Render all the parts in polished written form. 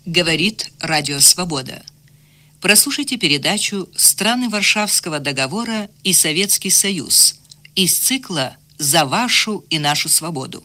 Говорит Радио Свобода. Прослушайте передачу «Страны Варшавского договора и Советский Союз» из цикла «За вашу и нашу свободу».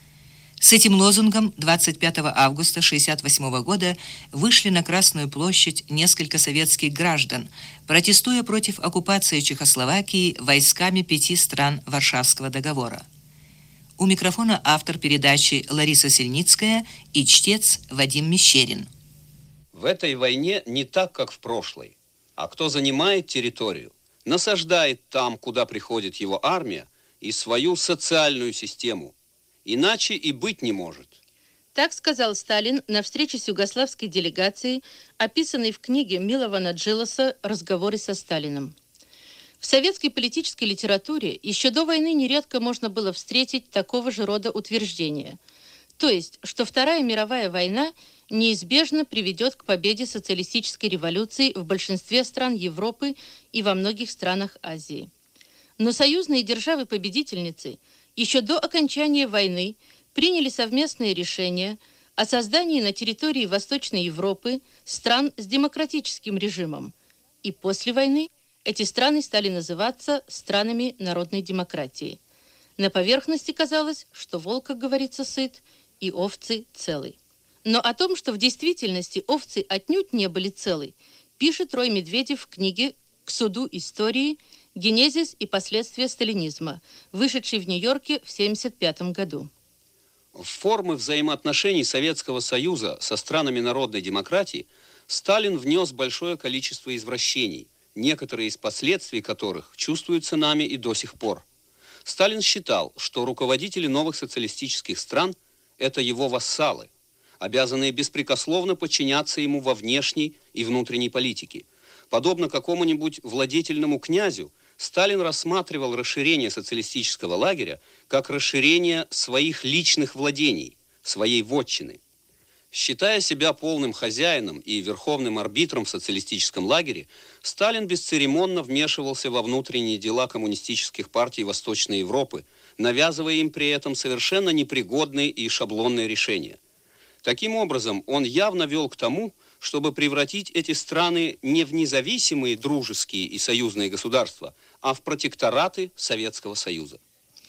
С этим лозунгом 25 августа 1968 года вышли на Красную площадь несколько советских граждан, протестуя против оккупации Чехословакии войсками 5 стран Варшавского договора. У микрофона автор передачи Лариса Сельницкая и чтец Вадим Мещерин. В этой войне не так, как в прошлой. А кто занимает территорию, насаждает там, куда приходит его армия, и свою социальную систему. Иначе и быть не может. Так сказал Сталин на встрече с югославской делегацией, описанной в книге Милована Джилоса «Разговоры со Сталиным». В советской политической литературе еще до войны нередко можно было встретить такого же рода утверждения. То есть, что Вторая мировая война неизбежно приведет к победе социалистической революции в большинстве стран Европы и во многих странах Азии. Но союзные державы-победительницы еще до окончания войны приняли совместные решения о создании на территории Восточной Европы стран с демократическим режимом. И после войны эти страны стали называться странами народной демократии. На поверхности казалось, что волк, как говорится, сыт, и овцы целы. Но о том, что в действительности овцы отнюдь не были целы, пишет Рой Медведев в книге «К суду истории. Генезис и последствия сталинизма», вышедшей в Нью-Йорке в 1975 году. В формы взаимоотношений Советского Союза со странами народной демократии Сталин внес большое количество извращений, некоторые из последствий которых чувствуются нами и до сих пор. Сталин считал, что руководители новых социалистических стран – это его вассалы, обязанные беспрекословно подчиняться ему во внешней и внутренней политике. Подобно какому-нибудь владетельному князю, Сталин рассматривал расширение социалистического лагеря как расширение своих личных владений, своей вотчины. Считая себя полным хозяином и верховным арбитром в социалистическом лагере, Сталин бесцеремонно вмешивался во внутренние дела коммунистических партий Восточной Европы, навязывая им при этом совершенно непригодные и шаблонные решения. Таким образом, он явно вел к тому, чтобы превратить эти страны не в независимые дружеские и союзные государства, а в протектораты Советского Союза.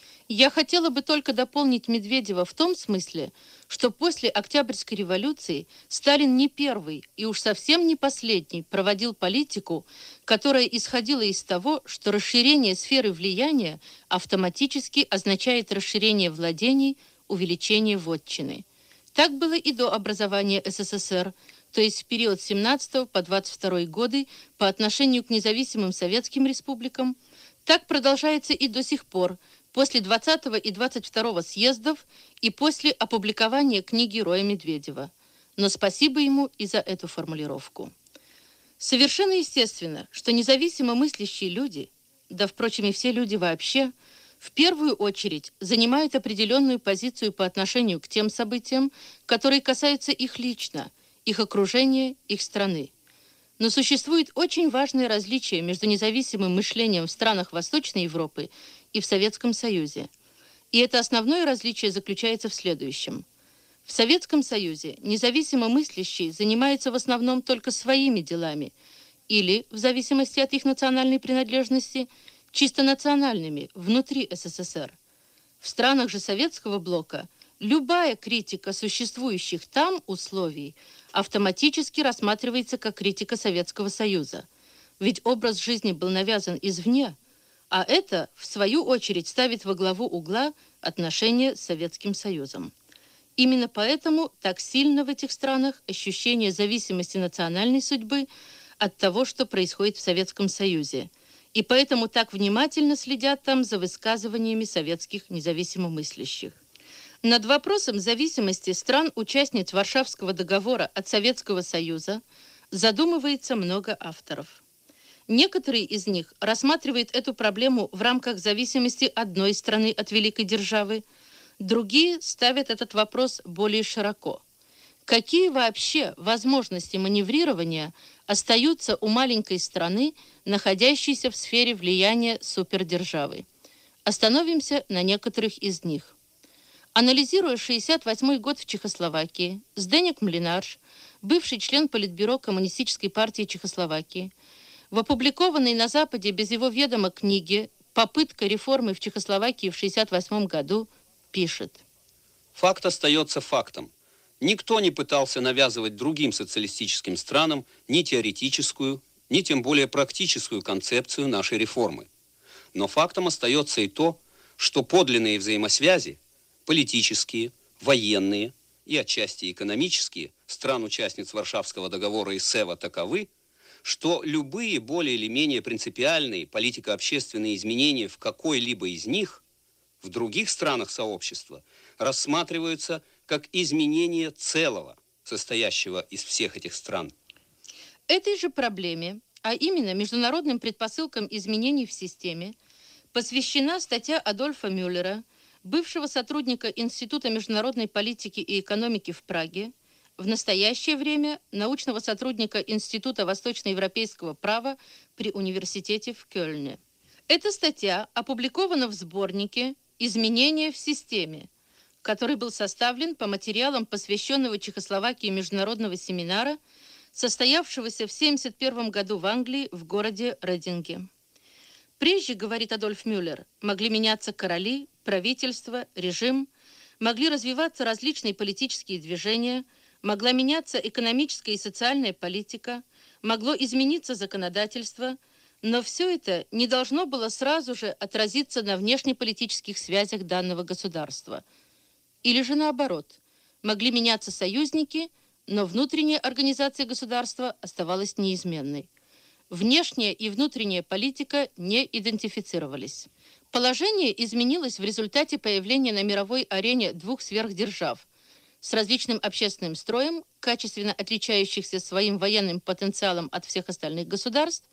Я хотела бы только дополнить Медведева в том смысле, что после Октябрьской революции Сталин не первый и уж совсем не последний проводил политику, которая исходила из того, что расширение сферы влияния автоматически означает расширение владений, увеличение вотчины. Так было и до образования СССР, то есть в период с 17 по 22 годы по отношению к независимым советским республикам. Так продолжается и до сих пор, после 20 и 22 съездов и после опубликования книги Роя Медведева. Но спасибо ему и за эту формулировку. Совершенно естественно, что независимо мыслящие люди, да, впрочем, и все люди вообще, в первую очередь занимают определенную позицию по отношению к тем событиям, которые касаются их лично, их окружения, их страны. Но существует очень важное различие между независимым мышлением в странах Восточной Европы и в Советском Союзе. И это основное различие заключается в следующем. В Советском Союзе независимо мыслящие занимаются в основном только своими делами или, в зависимости от их национальной принадлежности, чисто национальными, внутри СССР. В странах же Советского блока любая критика существующих там условий автоматически рассматривается как критика Советского Союза. Ведь образ жизни был навязан извне, а это, в свою очередь, ставит во главу угла отношения с Советским Союзом. Именно поэтому так сильно в этих странах ощущение зависимости национальной судьбы от того, что происходит в Советском Союзе. И поэтому так внимательно следят там за высказываниями советских независимо мыслящих. Над вопросом зависимости стран-участниц Варшавского договора от Советского Союза задумывается много авторов. Некоторые из них рассматривают эту проблему в рамках зависимости одной страны от великой державы, другие ставят этот вопрос более широко. Какие вообще возможности маневрирования остаются у маленькой страны, находящейся в сфере влияния супердержавы? Остановимся на некоторых из них. Анализируя 1968 год в Чехословакии, Зденек Млинарш, бывший член Политбюро Коммунистической партии Чехословакии, в опубликованной на Западе без его ведома книге «Попытка реформы в Чехословакии в 1968 году» пишет: Факт остается фактом. Никто не пытался навязывать другим социалистическим странам ни теоретическую, ни тем более практическую концепцию нашей реформы. Но фактом остается и то, что подлинные взаимосвязи, политические, военные и отчасти экономические, стран-участниц Варшавского договора и СЭВа таковы, что любые более или менее принципиальные политико-общественные изменения в какой-либо из них в других странах сообщества рассматриваются как изменение целого, состоящего из всех этих стран. Этой же проблеме, а именно международным предпосылкам изменений в системе, посвящена статья Адольфа Мюллера, бывшего сотрудника Института международной политики и экономики в Праге, в настоящее время научного сотрудника Института восточноевропейского права при университете в Кёльне. Эта статья опубликована в сборнике «Изменения в системе», который был составлен по материалам посвященного Чехословакии международного семинара, состоявшегося в 1971 году в Англии в городе Рединге. Прежде, говорит Адольф Мюллер, могли меняться короли, правительство, режим, могли развиваться различные политические движения, могла меняться экономическая и социальная политика, могло измениться законодательство, но все это не должно было сразу же отразиться на внешнеполитических связях данного государства. Или же наоборот, могли меняться союзники, но внутренняя организация государства оставалась неизменной. Внешняя и внутренняя политика не идентифицировались. Положение изменилось в результате появления на мировой арене двух сверхдержав с различным общественным строем, качественно отличающихся своим военным потенциалом от всех остальных государств,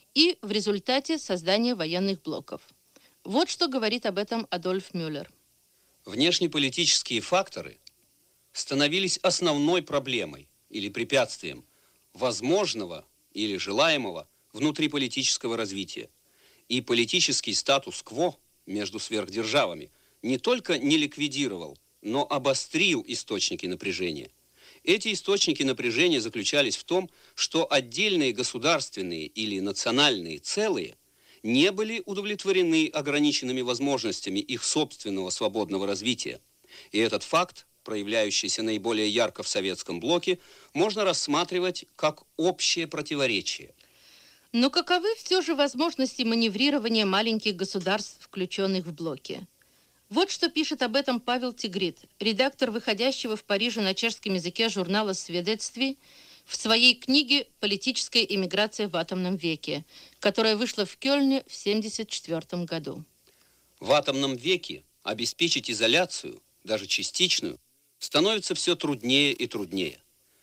и в результате создания военных блоков. Вот что говорит об этом Адольф Мюллер. Внешнеполитические факторы становились основной проблемой или препятствием возможного или желаемого внутриполитического развития. И политический статус-кво между сверхдержавами не только не ликвидировал, но обострил источники напряжения. Эти источники напряжения заключались в том, что отдельные государственные или национальные целые не были удовлетворены ограниченными возможностями их собственного свободного развития. И этот факт, проявляющийся наиболее ярко в советском блоке, можно рассматривать как общее противоречие. Но каковы все же возможности маневрирования маленьких государств, включенных в блоки? Вот что пишет об этом Павел Тигрит, редактор выходящего в Париже на чешском языке журнала «Сведецтви», в своей книге «Политическая иммиграция в атомном веке», которая вышла в Кёльне в 1974 году. В атомном веке обеспечить изоляцию, даже частичную, становится все труднее и труднее.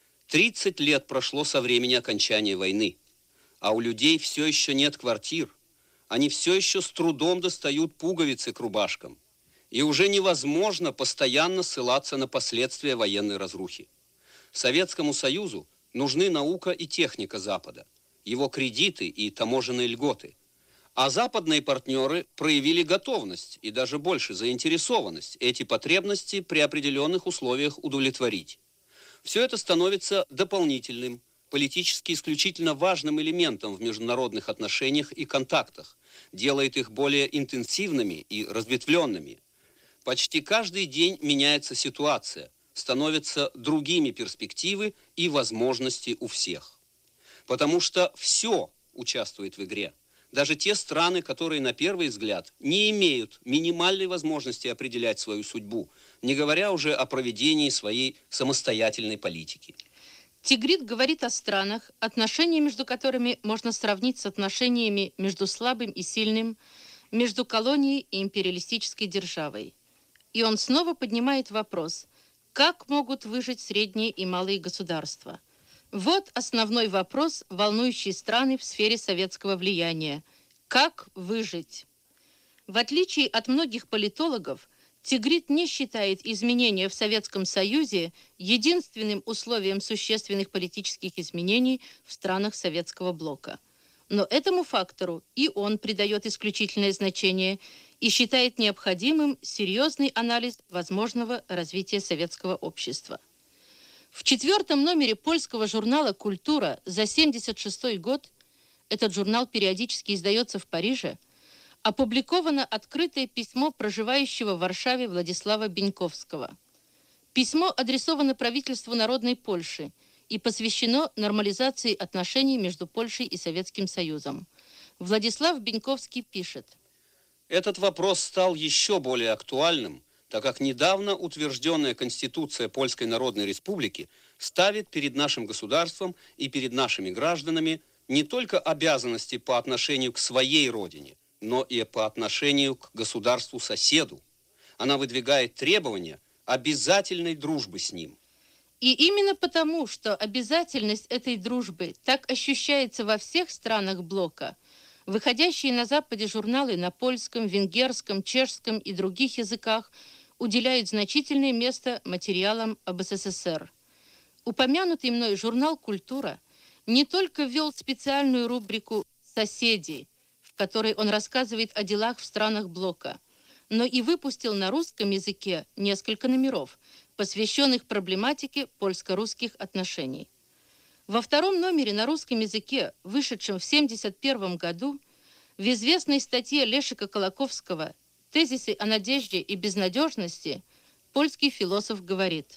30 лет прошло со времени окончания войны, а у людей все еще нет квартир. Они все еще с трудом достают пуговицы к рубашкам. И уже невозможно постоянно ссылаться на последствия военной разрухи. Советскому Союзу нужны наука и техника Запада, его кредиты и таможенные льготы. А западные партнеры проявили готовность и даже больше заинтересованность эти потребности при определенных условиях удовлетворить. Все это становится дополнительным, политически исключительно важным элементом в международных отношениях и контактах, делает их более интенсивными и разветвленными. Почти каждый день меняется ситуация, становятся другими перспективы и возможности у всех. Потому что все участвует в игре. Даже те страны, которые на первый взгляд не имеют минимальной возможности определять свою судьбу, не говоря уже о проведении своей самостоятельной политики. Тигрит говорит о странах, отношения между которыми можно сравнить с отношениями между слабым и сильным, между колонией и империалистической державой. И он снова поднимает вопрос, как могут выжить средние и малые государства. Вот основной вопрос, волнующий страны в сфере советского влияния. Как выжить? В отличие от многих политологов, Тигрит не считает изменения в Советском Союзе единственным условием существенных политических изменений в странах Советского блока. Но этому фактору и он придает исключительное значение и считает необходимым серьезный анализ возможного развития советского общества. В 4-м номере польского журнала «Культура» за 1976 год, этот журнал периодически издается в Париже, опубликовано открытое письмо проживающего в Варшаве Владислава Беньковского. Письмо адресовано правительству Народной Польши и посвящено нормализации отношений между Польшей и Советским Союзом. Владислав Беньковский пишет: Этот вопрос стал еще более актуальным, так как недавно утвержденная Конституция Польской Народной Республики ставит перед нашим государством и перед нашими гражданами не только обязанности по отношению к своей родине, но и по отношению к государству-соседу. Она выдвигает требования обязательной дружбы с ним. И именно потому, что обязательность этой дружбы так ощущается во всех странах блока, выходящие на Западе журналы на польском, венгерском, чешском и других языках уделяют значительное место материалам об СССР. Упомянутый мной журнал «Культура» не только ввел специальную рубрику «Соседи», в которой он рассказывает о делах в странах блока, но и выпустил на русском языке несколько номеров, посвященных проблематике польско-русских отношений. Во 2-м номере на русском языке, вышедшем в 1971 году, в известной статье Лешика Колоковского «Тезисы о надежде и безнадежности» польский философ говорит: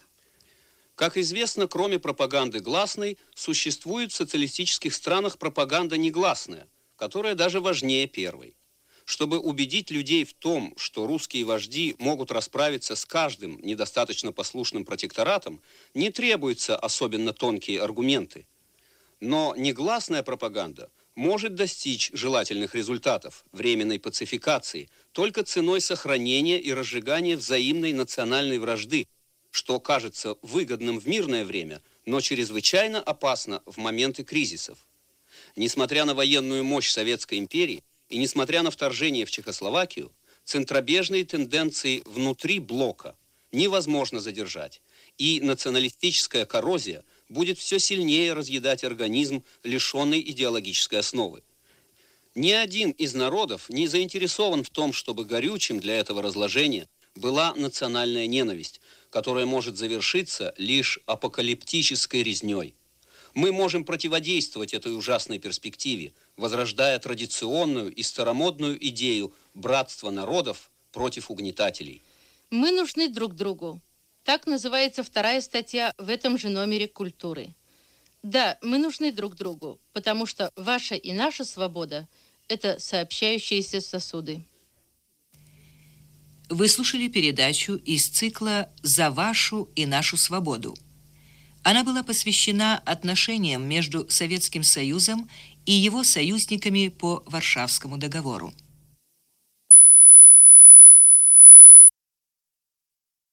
Как известно, кроме пропаганды гласной, существует в социалистических странах пропаганда негласная, которая даже важнее первой. Чтобы убедить людей в том, что русские вожди могут расправиться с каждым недостаточно послушным протекторатом, не требуются особенно тонкие аргументы. Но негласная пропаганда может достичь желательных результатов временной пацификации только ценой сохранения и разжигания взаимной национальной вражды, что кажется выгодным в мирное время, но чрезвычайно опасно в моменты кризисов. Несмотря на военную мощь Советской империи и несмотря на вторжение в Чехословакию, центробежные тенденции внутри блока невозможно задержать, и националистическая коррозия будет все сильнее разъедать организм, лишенный идеологической основы. Ни один из народов не заинтересован в том, чтобы горючим для этого разложения была национальная ненависть, которая может завершиться лишь апокалиптической резней. Мы можем противодействовать этой ужасной перспективе, возрождая традиционную и старомодную идею братства народов против угнетателей. Мы нужны друг другу. Так называется 2-я статья в этом же номере «Культуры». Да, мы нужны друг другу, потому что ваша и наша свобода – это сообщающиеся сосуды. Вы слушали передачу из цикла «За вашу и нашу свободу». Она была посвящена отношениям между Советским Союзом и его союзниками по Варшавскому договору.